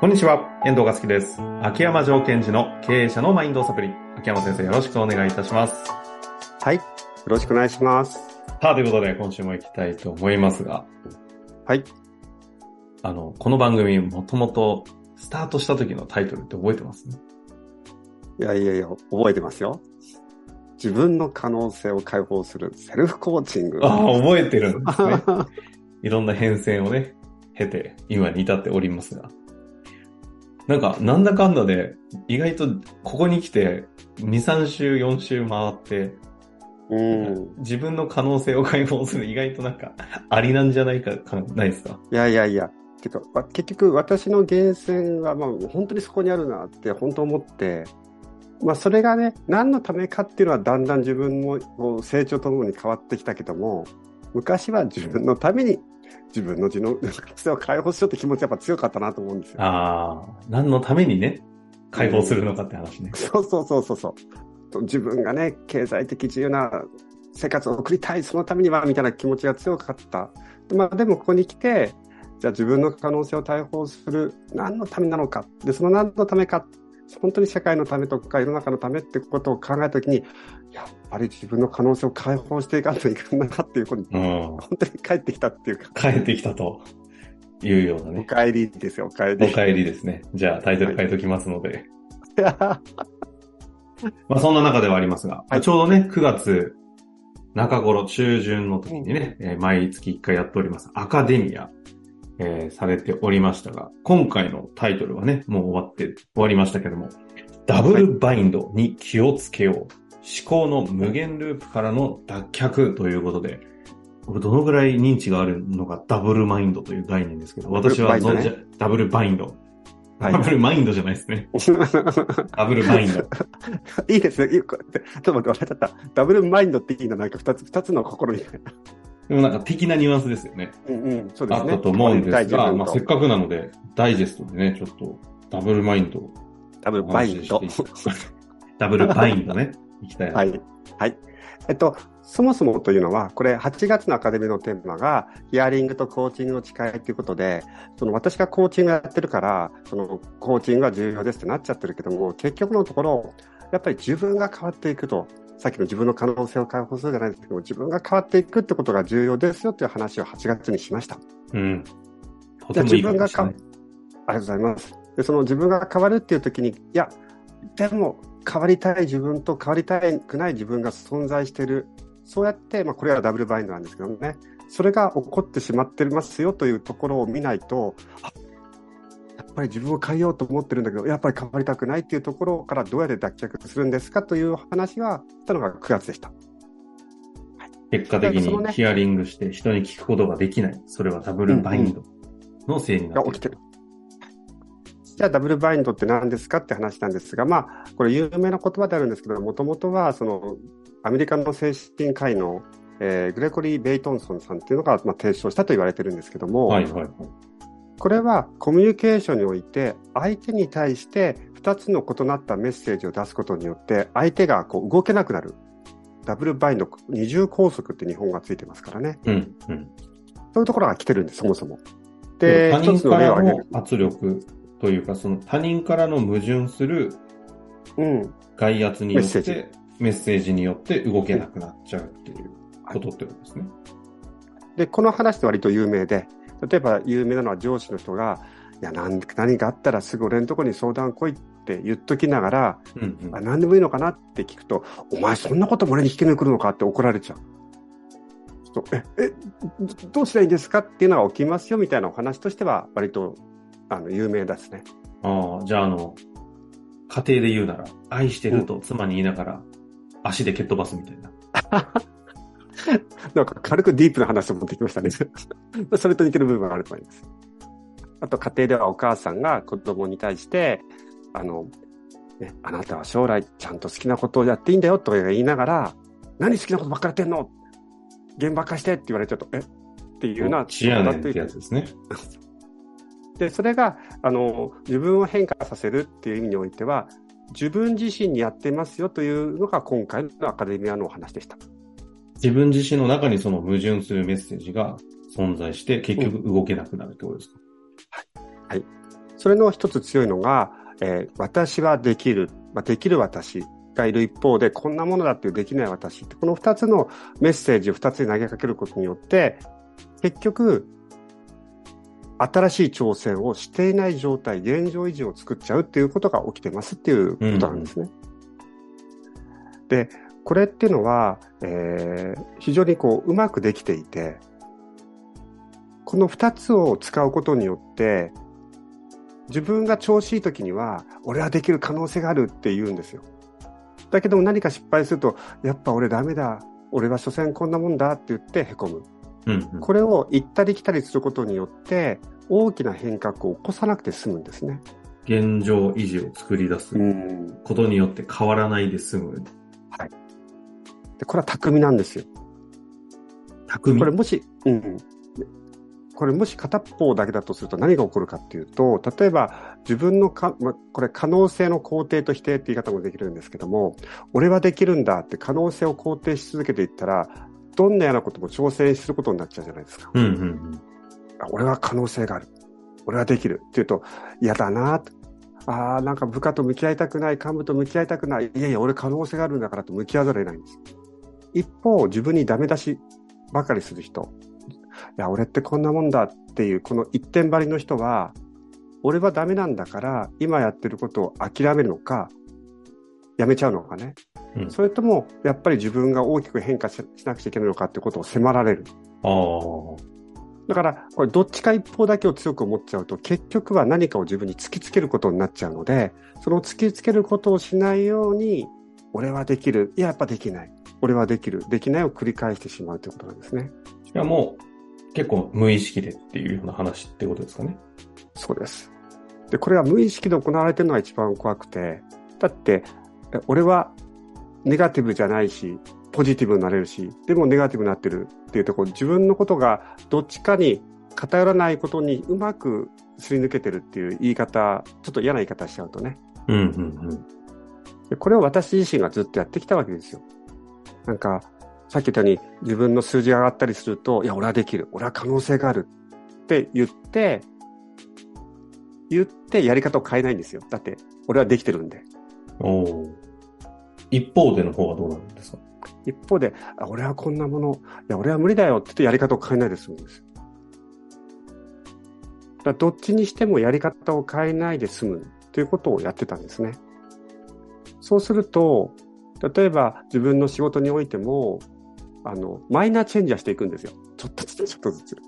こんにちは、遠藤和樹です。秋山条件時の経営者のマインドサプリ。秋山先生、よろしくお願いいたします。 はい。よろしくお願いします。 さあ、ということで、今週も行きたいと思いますが。 はい。 この番組、もともと、スタートした時のタイトルって覚えてますね。 いや、覚えてますよ。自分の可能性を解放するセルフコーチング。 ああ、覚えてるんですね。いろんな変遷をね、経て、今に至っておりますが。なんだかんだで、意外とここに来て、2、3週、4週回って、自分の可能性を解放する意外とありなんじゃないか、ないですか？ いや。結局私の源泉は本当にそこにあるなって本当思って、それがね、何のためかっていうのはだんだん自分も成長とともに変わってきたけども、昔は自分のために自分の可能性を解放しようって気持ちやっぱ強かったなと思うんですよ。 ああ、何のためにね、解放するのかって話ね。 そう。自分がね、経済的自由な生活を送りたい、そのためには、みたいな気持ちが強かった。でもここに来て、じゃあ自分の可能性を解放する、何のためなのか。で、その何のためか、本当に社会のためとか世の中のためってことを考えたときに、やっぱり自分の可能性を解放していかないといけないなっていうことに、本当に帰ってきたっていうか。 帰ってきたというようなね。 お帰りですよ、お帰り。 お帰りですね。じゃあタイトル変えときますので。そんな中ではありますが、ちょうどね、9月中頃、中旬の時にね、毎月1回やっておりますアカデミア、されておりましたが、今回のタイトルはね、もう終わりましたけども、ダブルバインドに気をつけよう。思考の無限ループからの脱却ということで、どのぐらい認知があるのかダブルマインドという概念ですけど、私はダブルバインド。ダブルマインドじゃないですね。ダブルマインド。 いいですね。ちょっと待って、忘れちゃった。ダブルマインドっていいな、二つの心みたいな。 でも的なニュアンスですよね。 そうですね。 あったと思うんですが、せっかくなので、ダイジェストでね、ちょっと、ダブルマインド。 ダブルバインド。 ダブルバインドね。いきたい。 はい。そもそもというのは、これ8月のアカデミーのテーマが、ヒアリングとコーチングの違いということで、私がコーチングやってるから、コーチングは重要ですってなっちゃってるけども、結局のところ、やっぱり自分が変わっていくと、さっきの自分の可能性を解放するじゃないですけども、自分が変わっていくってことが重要ですよっていう話を8月にしました。 とてもいいことですね。 ありがとうございます。で、その自分が変わるっていう時に、いや、でも変わりたい自分と変わりたくない自分が存在している。そうやって、これはダブルバインドなんですけどね。それが起こってしまってますよというところを見ないと、やっぱり自分を変えようと思ってるんだけど、やっぱり変わりたくないっていうところからどうやって脱却するんですかという話がしたのが9月でした。 結果的にヒアリングして人に聞くことができない。それはダブルバインドのせいになっている。 起きてる。じゃあダブルバインドって何ですかって話なんですが、これ有名な言葉であるんですけど、もともとはアメリカの精神科医の、グレゴリー・ベイトンソンさんっていうのが、提唱したと言われてるんですけども、これはコミュニケーションにおいて相手に対して2つの異なったメッセージを出すことによって相手が動けなくなる。ダブルバインド、二重拘束って日本がついてますからね。そういうところが来てるんです、そもそも。 で、他人からの圧力というか、その他人からの矛盾する外圧によって、メッセージによって動けなくなっちゃうっていうことってことですね。 で、この話って割と有名で、例えば有名なのは上司の人が、いや、何かあったらすぐ俺のところに相談来いって言っときながら、何でもいいのかなって聞くと、お前そんなことも俺に聞きに来るのかって怒られちゃう。どうしたらいいんですかっていうのが起きますよみたいなお話としては割と有名ですね。 じゃあ家庭で言うなら、愛してると妻に言いながら、足で蹴っ飛ばすみたいな。 軽くディープな話を持ってきましたね。それと似てる部分があると思います。あと家庭ではお母さんが子供に対して、あなたは将来ちゃんと好きなことをやっていいんだよとか言いながら、何好きなことばっかりやってんの？現場化してって言われちゃうと、っていうような。 知らないってやつですね。 で、それが、自分を変化させるっていう意味においては、自分自身にやってますよというのが今回のアカデミアのお話でした。 自分自身の中にその矛盾するメッセージが存在して、結局動けなくなるってことですか？ はい。 それの一つ強いのが、私はできる、できる私がいる一方で、こんなものだっていうできない私って、この二つのメッセージを二つに投げかけることによって、結局、新しい挑戦をしていない状態、現状維持を作っちゃうっていうことが起きてますっていうことなんですね。で、これっていうのは、非常にうまくできていて、この二つを使うことによって、自分が調子いい時には、俺はできる可能性があるって言うんですよ。だけども何か失敗すると、やっぱ俺ダメだ。俺は所詮こんなもんだって言って凹む。これを行ったり来たりすることによって、大きな変革を起こさなくて済むんですね。 現状維持を作り出すことによって変わらないで済む。 はい。で、これは巧みなんですよ。 巧み？ これもし、これもし片方だけだとすると何が起こるかっていうと、例えば自分のこれ可能性の肯定と否定って言い方もできるんですけども、俺はできるんだって可能性を肯定し続けていったら、どんなようなことも挑戦することになっちゃうじゃないですか。俺は可能性がある。俺はできるって言うと、嫌だなと。なんか部下と向き合いたくない、幹部と向き合いたくない。いやいや、俺可能性があるんだからと向き合わざるを得ないんです。一方、自分にダメ出しばかりする人。いや、俺ってこんなもんだっていう、この一点張りの人は、俺はダメなんだから、今やってることを諦めるのか、やめちゃうのかね。それとも、やっぱり自分が大きく変化しなくちゃいけないのかってことを迫られる。だから、これどっちか一方だけを強く思っちゃうと、結局は何かを自分に突きつけることになっちゃうので、その突きつけることをしないように、俺はできる。いや、やっぱできない。俺はできる。できないを繰り返してしまうということなんですね。 しかも、結構無意識でっていうような話ってことですかね。 そうです。で、これは無意識で行われているのが一番怖くて、だって、俺はネガティブじゃないし、ポジティブになれるし、でもネガティブになってるっていうところ、自分のことがどっちかに偏らないことにうまくすり抜けてるっていう言い方、ちょっと嫌な言い方しちゃうとね。でこれを私自身がずっとやってきたわけですよ。なんか、さっき言ったように自分の数字が上がったりすると、いや、俺はできる。俺は可能性があるって言ってやり方を変えないんですよ。だって、俺はできてるんで。 一方での方はどうなるんですか？ 一方で、俺はこんなもの、いや、俺は無理だよって言ってやり方を変えないで済むんですよ。だからどっちにしてもやり方を変えないで済むということをやってたんですね。そうすると、例えば自分の仕事においても、マイナーチェンジはしていくんですよ。ちょっとずつ、ちょっとずつ。例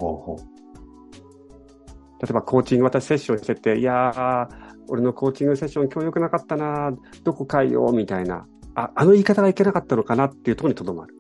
えばコーチング、私セッションしてて、いやー、俺のコーチングセッション今日良くなかったな、どこ変えようみたいな、あの言い方がいけなかったのかなっていうところにとどまる。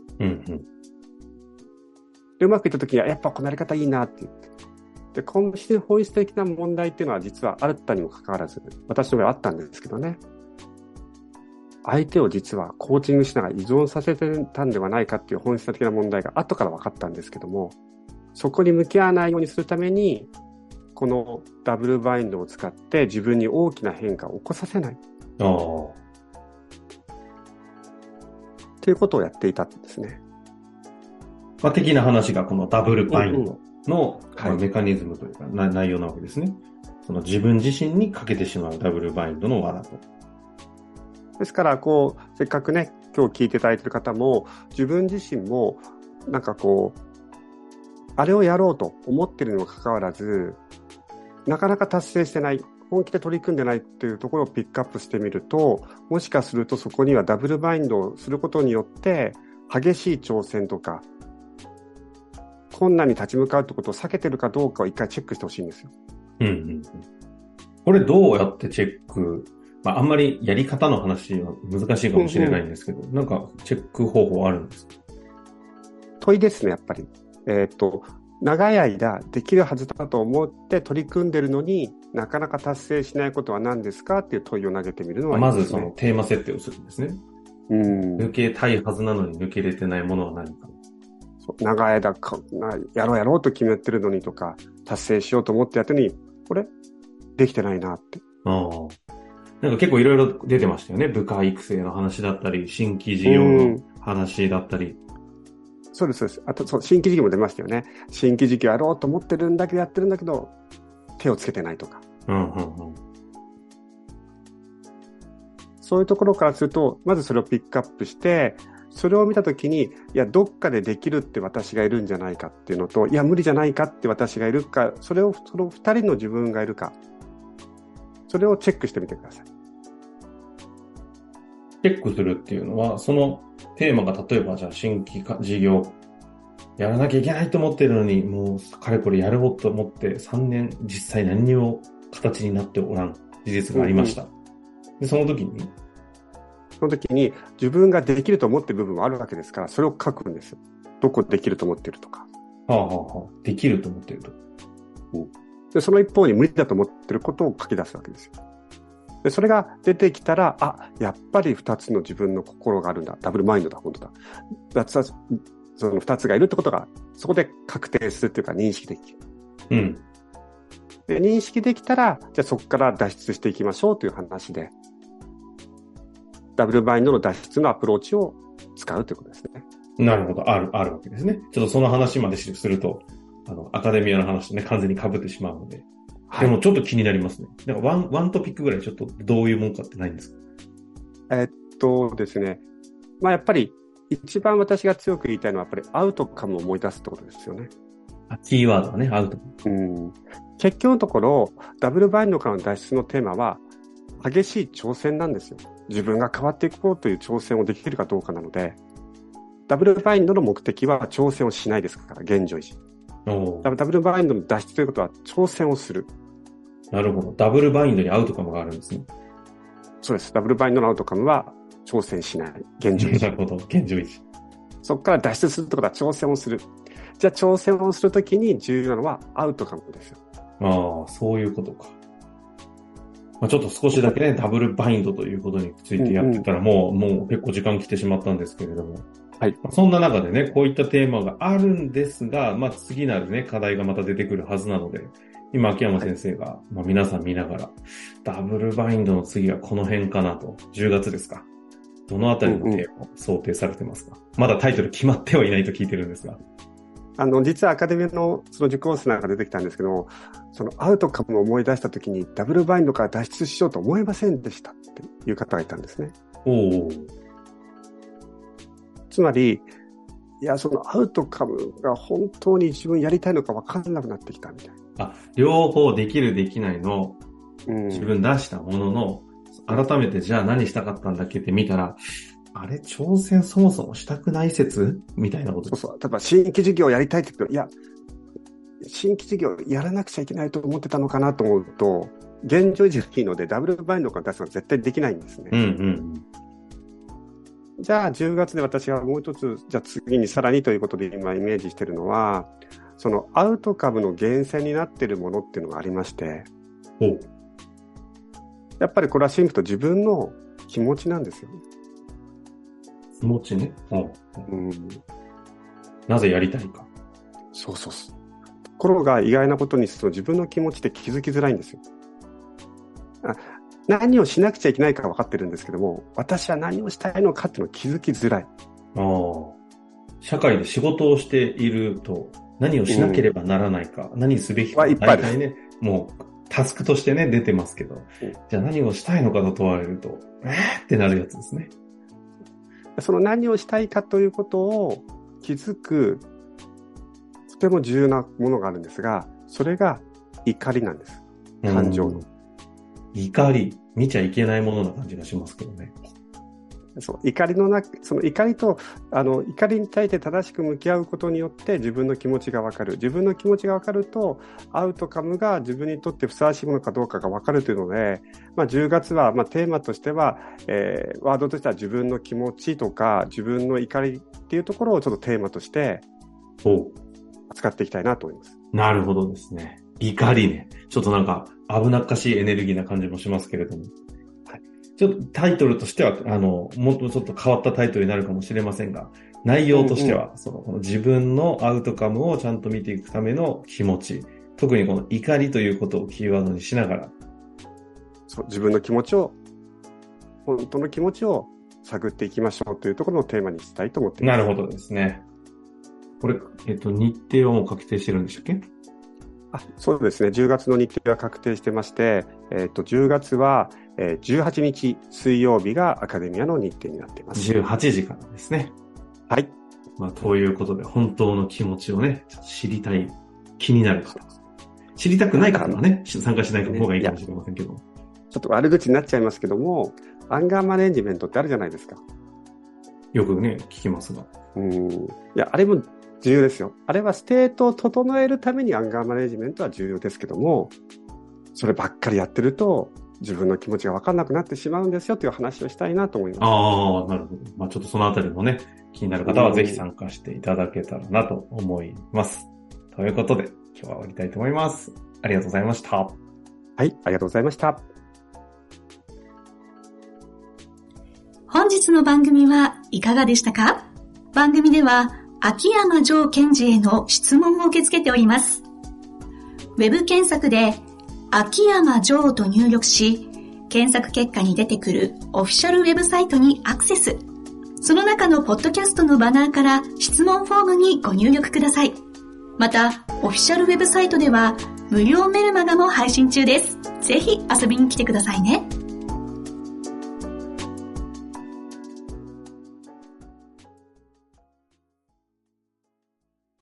で、うまくいったときには、やっぱこのやり方いいなって言って。で、本質的な問題っていうのは実はあったにもかかわらず、私の場合あったんですけどね。相手を実はコーチングしながら依存させてたんではないかっていう本質的な問題が後から分かったんですけども、そこに向き合わないようにするために、このダブルバインドを使って自分に大きな変化を起こさせない。ということをやっていたんですね。 的な話がこのダブルバインドのメカニズムというか、内容なわけですね。その自分自身にかけてしまうダブルバインドの罠と。 ですから、せっかくね、今日聞いていただいている方も、自分自身も、あれをやろうと思っているにもかかわらず、なかなか達成してない、本気で取り組んでないっていうところをピックアップしてみると、もしかするとそこにはダブルバインドをすることによって、激しい挑戦とか、困難に立ち向かうってことを避けてるかどうかを一回チェックしてほしいんですよ。 これどうやってチェック、あんまりやり方の話は難しいかもしれないんですけど、なんかチェック方法あるんですか？ 問いですね、やっぱり。長い間できるはずだと思って取り組んでるのになかなか達成しないことは何ですかっていう問いを投げてみるのはいいですね。 まずそのテーマ設定をするんですね。抜けたいはずなのに抜けれてないものは何か。 長い間やろうと決めてるのにとか達成しようと思ってやってるのにこれできてないなって。 なんか結構いろいろ出てましたよね。部下育成の話だったり、新規事業の話だったり。 そうです、そうです。あと、新規事業も出ましたよね。新規事業やろうと思ってるんだけど、やってるんだけど、手をつけてないとか。 うんうんうん。 そういうところからすると、まずそれをピックアップして、それを見たときに、いや、どっかでできるって私がいるんじゃないかっていうのと、いや、無理じゃないかって私がいるか、その二人の自分がいるか、それをチェックしてみてください。 チェックするっていうのは、そのテーマが例えばじゃあ新規事業やらなきゃいけないと思ってるのに、もうかれこれやろうと思って3年実際何にも形になっておらん事実がありました。で、その時に自分ができると思ってる部分もあるわけですから、それを書くんですよ。どこできると思ってるとか。 はあはあはあ、できると思ってると。 で、その一方に無理だと思ってることを書き出すわけですよ。で、それが出てきたら、あ、やっぱり二つの自分の心があるんだ。ダブルマインドだ、本当だ。その二つがいるってことが、そこで確定するっていうか認識できる。 うん。 で、認識できたら、じゃあそこから脱出していきましょうという話で、ダブルマインドの脱出のアプローチを使うということですね。 なるほど。あるわけですね。ちょっとその話まですると、アカデミアの話とね、完全に被ってしまうので。でもちょっと気になりますね。なんかワントピックぐらいちょっとどういうもんかってないんですか？ ですね。まあやっぱり一番私が強く言いたいのはやっぱりアウトカムを思い出すってことですよね。 キーワードはね、アウト。 結局のところ、ダブルバインドからの脱出のテーマは激しい挑戦なんですよ。自分が変わっていこうという挑戦をできるかどうかなので、ダブルバインドの目的は挑戦をしないですから、現状維持。ダブルバインドの脱出ということは挑戦をする。 なるほど。ダブルバインドにアウトカムがあるんですね。 そうです。ダブルバインドのアウトカムは挑戦しない。現状維持。 なるほど。現状維持。そこから脱出するってことは挑戦をする。じゃあ挑戦をするときに重要なのはアウトカムですよ。 ああ、そういうことか。まあ、ちょっと少しだけね、ダブルバインドということについてやってたら、もう結構時間来てしまったんですけれども。はい。そんな中でね、こういったテーマがあるんですが、まあ次なるね、課題がまた出てくるはずなので、今、秋山先生が、まあ皆さん見ながら、ダブルバインドの次はこの辺かなと、10月ですか。どのあたりのテーマを想定されてますか？まだタイトル決まってはいないと聞いてるんですが。 実はアカデミーのその受講生なんか出てきたんですけども、そのアウトカムを思い出したときにダブルバインドから脱出しようと思いませんでしたっていう方がいたんですね。つまり、いや、そのアウトカムが本当に自分やりたいのか分からなくなってきたみたいな。 両方できるできないの、自分出したものの、改めてじゃあ何したかったんだっけって見たら、あれ、挑戦そもそもしたくない説みたいなことです。 そう。例えば新規事業をやりたいって言うと、いや、新規事業やらなくちゃいけないと思ってたのかなと思うと、現状維持がいいのでダブルバインドから出すのは絶対できないんですね。じゃあ10月で私はもう一つ、じゃあ次にさらにということで今イメージしているのは、そのアウトカムの源泉になっているものっていうのがありまして、やっぱりこれはシンプルと自分の気持ちなんですよ。 気持ちね。なぜやりたいか。 そう。ところが意外なことにその自分の気持ちって気づきづらいんですよ。何をしなくちゃいけないか分かってるんですけども、私は何をしたいのかっていうのを気づきづらい。 社会で仕事をしていると何をしなければならないか、何すべきか、大体ね、もうタスクとしてね、出てますけど、じゃあ何をしたいのかと問われると、ってなるやつですね。 その何をしたいかということを気づく、とても重要なものがあるんですが、それが怒りなんです。感情の。 怒り、見ちゃいけないものな感じがしますけどね。 そう、その怒りと、怒りに対して正しく向き合うことによって自分の気持ちがわかる。自分の気持ちがわかると、アウトカムが自分にとってふさわしいものかどうかがわかるというので、10月は、テーマとしては、ワードとしては自分の気持ちとか、自分の怒りっていうところをちょっとテーマとして、扱っていきたいなと思います。 なるほどですね。怒りね。ちょっとなんか危なっかしいエネルギーな感じもしますけれども。ちょっとタイトルとしては、もっとちょっと変わったタイトルになるかもしれませんが、内容としては、この自分のアウトカムをちゃんと見ていくための気持ち、特にこの怒りということをキーワードにしながら。 そう、自分の気持ちを、本当の気持ちを探っていきましょうというところのテーマにしたいと思っています。 なるほどですね。これ、日程はもう確定してるんでしたっけ？ そうですね。10月の日程は確定してまして、10月は、18日水曜日がアカデミアの日程になっています。 18時からですね。 はい。 ということで、本当の気持ちをね、知りたい、気になる方。知りたくない方はね、参加しない方がいいかもしれませんけど。 ちょっと悪口になっちゃいますけども、アンガーマネジメントってあるじゃないですか。 よくね、聞きますが。 いや、あれも重要ですよ。あれはステートを整えるためにアンガーマネジメントは重要ですけども、そればっかりやってると、自分の気持ちが分かんなくなってしまうんですよという話をしたいなと思います。 ああ、なるほど。ちょっとそのあたりもね、気になる方はぜひ参加していただけたらなと思います。ということで、今日は終わりたいと思います。ありがとうございました。 はい、ありがとうございました。 本日の番組はいかがでしたか？番組では秋山城賢治への質問を受け付けております。ウェブ検索で秋山城と入力し、検索結果に出てくるオフィシャルウェブサイトにアクセス。その中のポッドキャストのバナーから質問フォームにご入力ください。また、オフィシャルウェブサイトでは無料メルマガも配信中です。ぜひ遊びに来てくださいね。